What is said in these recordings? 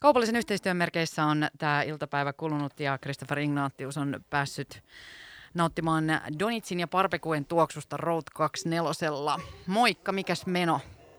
Kaupallisen yhteistyön merkeissä on tämä iltapäivä kulunut ja Christopher Ignatius on päässyt nauttimaan Donitsin ja Barbecuen tuoksusta Road 24. Moikka, mikäs meno?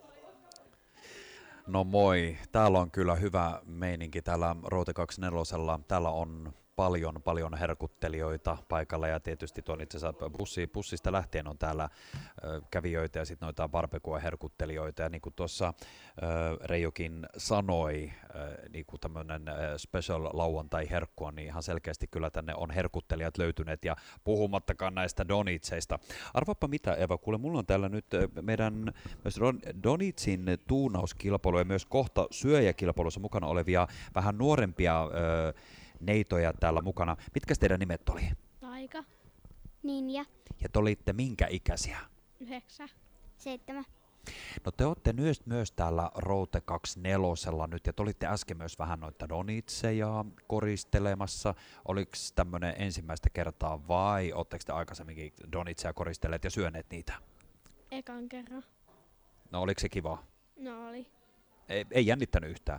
No moi, täällä on kyllä hyvä meininki täällä Road 24. Täällä on paljon herkuttelijoita paikalla ja tietysti tuon itse asiassa bussista lähtien on täällä kävijöitä ja sitten noita barbecue-herkuttelijoita ja niin kuin tuossa Reijokin sanoi, niin kuin tämmöinen special lauantai-herkku on, niin ihan selkeästi kyllä tänne on herkuttelijat löytyneet ja puhumattakaan näistä donitseista. Arvaappa mitä Eva, kuule mulla on täällä nyt meidän myös donitsin tuunauskilpailu ja myös kohta syöjäkilpailussa mukana olevia vähän nuorempia neitoja täällä mukana. Mitkä teidän nimet oli? Taika. Ninja. Ja te olitte minkä ikäisiä? 9. 7. No te olette myös täällä Route 24 nyt ja te olitte äsken myös vähän noita donitseja koristelemassa. Oliko tämmöinen ensimmäistä kertaa vai oletteko te aikaisemminkin donitseja koristelleet ja syöneet niitä? Ekan kerran. No oliko se kiva? No oli. Ei jännittänyt yhtään?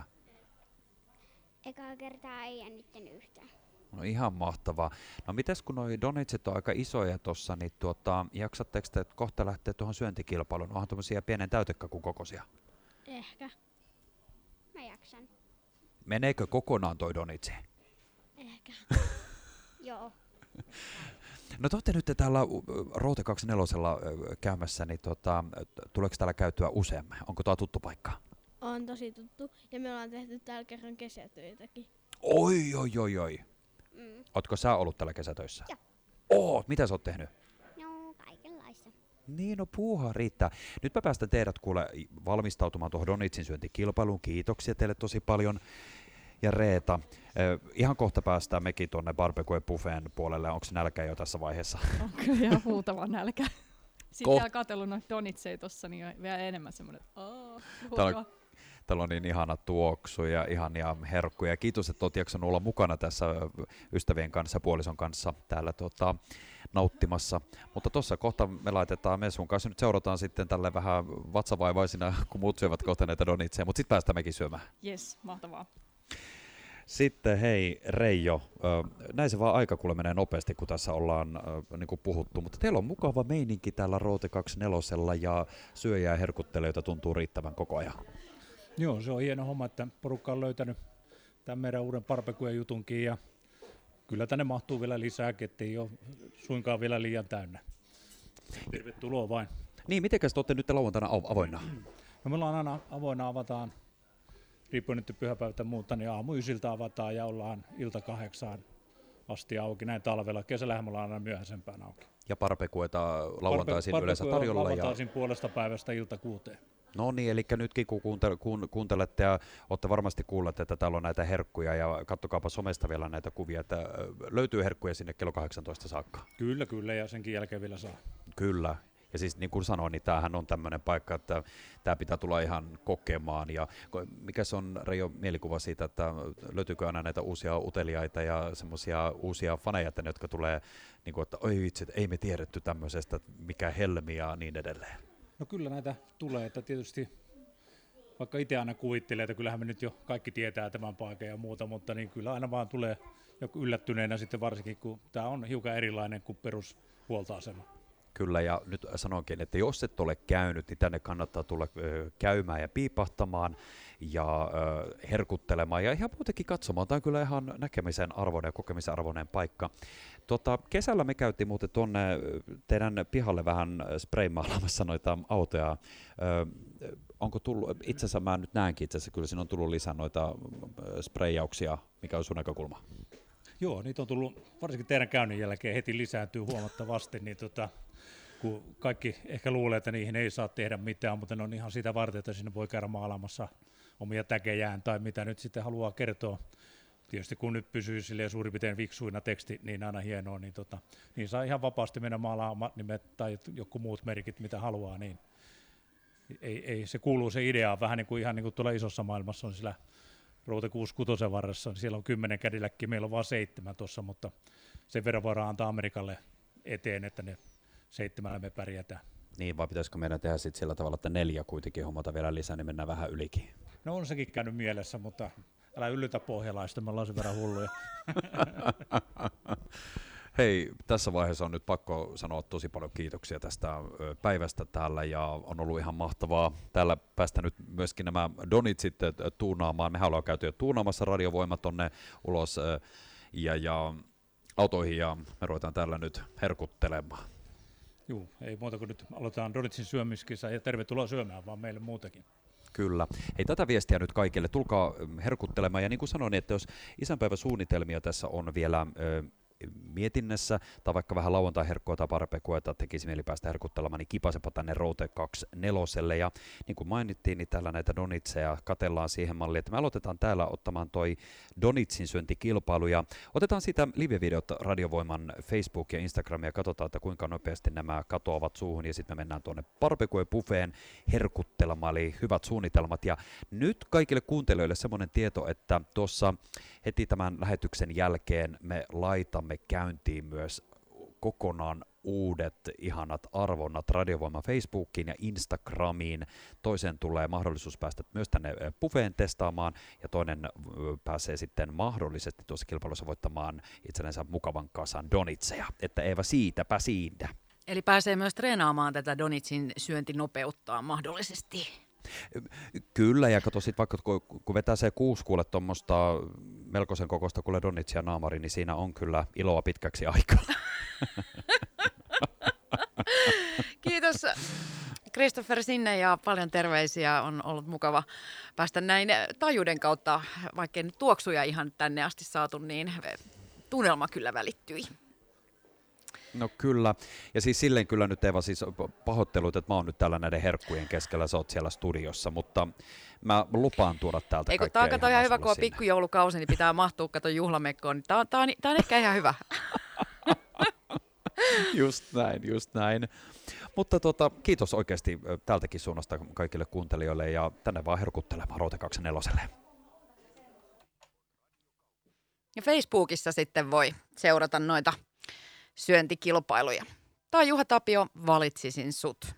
Ekaa kertaa ei jännittänyt yhtään. No ihan mahtavaa. No mites kun noi donitsit on aika isoja tossa, niin jaksatteko te kohta lähteä tuohon syöntikilpailuun? Onhan tuommoisia pienen täytekakun kokoisia. Ehkä. Mä jaksan. Meneekö kokonaan toi donitsi? Ehkä. Joo. No te olette nyt täällä Route 24 käymässä, niin tuleeko täällä käytyä useammin? Onko tämä tuttu paikka? On tosi tuttu ja me ollaan tehty täällä kerran kesätöitäkin. Oi. Ootko sä ollut täällä kesätöissä? Joo. Oot, mitä sä oot tehnyt? No, kaikenlaista. Niin, no puuhaa riittää. Nyt mä päästän teidät kuule valmistautumaan tuohon donitsin syöntikilpailuun. Kiitoksia teille tosi paljon. Ja Reeta, ihan kohta päästään mekin tuonne barbecue buffeen puolelle. Onko nälkä jo tässä vaiheessa? On kyllä ihan huutava nälkä. Sitten vielä katsellut noita donitseja tuossa, niin on vielä enemmän semmoinen, että Täällä on niin ihana tuoksu ja ihania herkkuja. Kiitos, että olet jaksanut olla mukana tässä ystävien kanssa, puolison kanssa täällä nauttimassa. Mutta tuossa kohta me sun kanssa nyt seurataan sitten tälle vähän vatsavaivaisina, kun muut syövät kohta näitä donitseja, mutta sitten päästään mekin syömään. Jes, mahtavaa. Sitten hei Reijo, näin se vaan aika kuule menee nopeasti, kun tässä ollaan niin kuin puhuttu, mutta teillä on mukava meininki täällä Route 24 ja syöjää ja herkuttelijoita tuntuu riittävän koko ajan. Joo, se on hieno homma, että porukka on löytänyt tämän meidän uuden barbecue-jutunkin ja kyllä tänne mahtuu vielä lisääkin, ettei ole suinkaan vielä liian täynnä. Tervetuloa vain. Niin, mitenkäs te olette nyt lauantaina avoinna? No me ollaan aina avoinna, avataan, riippuen nyt pyhäpäivältä muuta, niin aamu 9 avataan ja ollaan ilta 8 asti auki näin talvella. Kesällähän me ollaan aina myöhäisempään auki. Ja barbecueta lauantaisin yleensä tarjolla. Lauantaisin puolesta päivästä ilta 6. No niin, eli nytkin kun kuuntelette ja olette varmasti kuulleet, että täällä on näitä herkkuja ja kattokaapa somesta vielä näitä kuvia, että löytyy herkkuja sinne kello 18 saakka. Kyllä ja senkin jälkeen vielä saa. Kyllä. Ja siis niin kuin sanoin, niin tämähän on tämmöinen paikka, että tämä pitää tulla ihan kokemaan. Ja mikä se on Reijo mielikuva siitä, että löytyykö aina näitä uusia uteliaita ja semmoisia uusia faneja, jotka tulee, niin kuin, että oi vitsi, ei me tiedetty tämmöisestä, mikä helmi ja niin edelleen. No kyllä näitä tulee, että tietysti vaikka itse aina kuvittelee, että kyllähän me nyt jo kaikki tietää tämän paikan ja muuta, mutta niin kyllä aina vaan tulee joku yllättyneenä sitten varsinkin, kun tämä on hiukan erilainen kuin perushuoltoasema. Kyllä, ja nyt sanonkin, että jos et ole käynyt, niin tänne kannattaa tulla käymään ja piipahtamaan ja herkuttelemaan ja ihan muutenkin katsomaan. Tämä on kyllä ihan näkemisen arvoinen ja kokemisen arvoinen paikka. Kesällä me käytiin muuten tuonne teidän pihalle vähän spraymaalaamassa noita autoja. Onko tullut, itse asiassa mä nyt näenkin, itse asiassa kyllä siinä on tullut lisää noita sprayjauksia, mikä on sun näkökulma? Joo, niitä on tullut, varsinkin teidän käynnin jälkeen heti lisääntyy huomattavasti, niin kun kaikki ehkä luulee, että niihin ei saa tehdä mitään, mutta ne on ihan sitä varten, että sinne voi käydä maailmassa omia täkejään tai mitä nyt sitten haluaa kertoa. Tietysti kun nyt pysyy silleen suurin piirtein fiksuina teksti, niin aina hienoa, niin saa ihan vapaasti mennä maalaamaan nimet tai joku muut merkit, mitä haluaa. Niin. Ei se kuuluu se idea vähän niin kuin ihan niin kuin tuolla isossa maailmassa on sillä Route 66 varressa, niin siellä on 10 Cadillackia, meillä on vain 7 tuossa, mutta sen verran voidaan antaa Amerikalle eteen, että ne 7 me pärjätään. Niin, vai pitäisikö meidän tehdä sitten sillä tavalla, että 4 kuitenkin hommata vielä lisää, niin mennään vähän ylikin? No on sekin käynyt mielessä, mutta älä yllytä pohjalaista, me ollaan sen verran hulluja. Hei, tässä vaiheessa on nyt pakko sanoa tosi paljon kiitoksia tästä päivästä täällä ja on ollut ihan mahtavaa täällä päästä nyt myöskin nämä donitsit tuunaamaan. Mehän ollaan käyty jo tuunaamassa Radiovoima tonne ulos ja autoihin ja me ruvetaan täällä nyt herkuttelemaan. Juu, ei muuta kuin nyt aloitetaan donitsin syömiskisa ja tervetuloa syömään vaan meille muutakin. Kyllä. Hei, tätä viestiä nyt kaikille. Tulkaa herkuttelemaan ja niin kuin sanoin, että jos isänpäiväsuunnitelmia tässä on vielä mietinnässä, tai vaikka vähän lauantai-herkkua tai parpekua, että tekisi mieli päästä herkuttelemaan, niin kipasepa tänne Route 24. Ja niin kuin mainittiin, niin täällä näitä donitseja katellaan siihen malliin, että me aloitetaan täällä ottamaan toi donitsin syöntikilpailu, ja otetaan siitä live-videot Radiovoiman Facebook ja Instagram, ja katsotaan, että kuinka nopeasti nämä katoavat suuhun, ja sitten me mennään tuonne Barbecue-buffeen herkuttelemaan, eli hyvät suunnitelmat. Ja nyt kaikille kuuntelijoille semmoinen tieto, että tuossa heti tämän lähetyksen jälkeen me laitamme käyntiin myös kokonaan uudet ihanat arvonnat Radiovoiman Facebookiin ja Instagramiin. Toisen tulee mahdollisuus päästä myös tänne buffeen testaamaan ja toinen pääsee sitten mahdollisesti tuossa kilpailussa voittamaan itsellensä mukavan kasan donitseja. Että Eeva, siitäpä siitä. Eli pääsee myös treenaamaan tätä donitsin syöntinopeuttaa mahdollisesti. Kyllä, ja kato sitten vaikka kun vetää se 6 kuule tuommoista melkoisen kokoista kuule donitsia naamari, niin siinä on kyllä iloa pitkäksi aikaa. Kiitos Christopher sinne ja paljon terveisiä. On ollut mukava päästä näin taajuuden kautta, vaikkei nyt tuoksuja ihan tänne asti saatu, niin tunnelma kyllä välittyi. No kyllä, ja siis silleen kyllä nyt Eeva, siis pahoittelut, että mä oon nyt täällä näiden herkkujen keskellä, sä oot siellä studiossa, mutta mä lupaan tuoda täältä kaikkea. Tämä on ihan hyvä, kun on sinne. Pikkujoulukausi, niin pitää mahtua kato juhlamekkoon, niin tää on ehkä ihan hyvä. Just näin. Mutta kiitos oikeasti täältäkin suunnasta kaikille kuuntelijoille ja tänne vaan herkuttelemaan Route 24. Ja Facebookissa sitten voi seurata noita syöntikilpailuja. Tai Juha Tapio, valitsisin sut.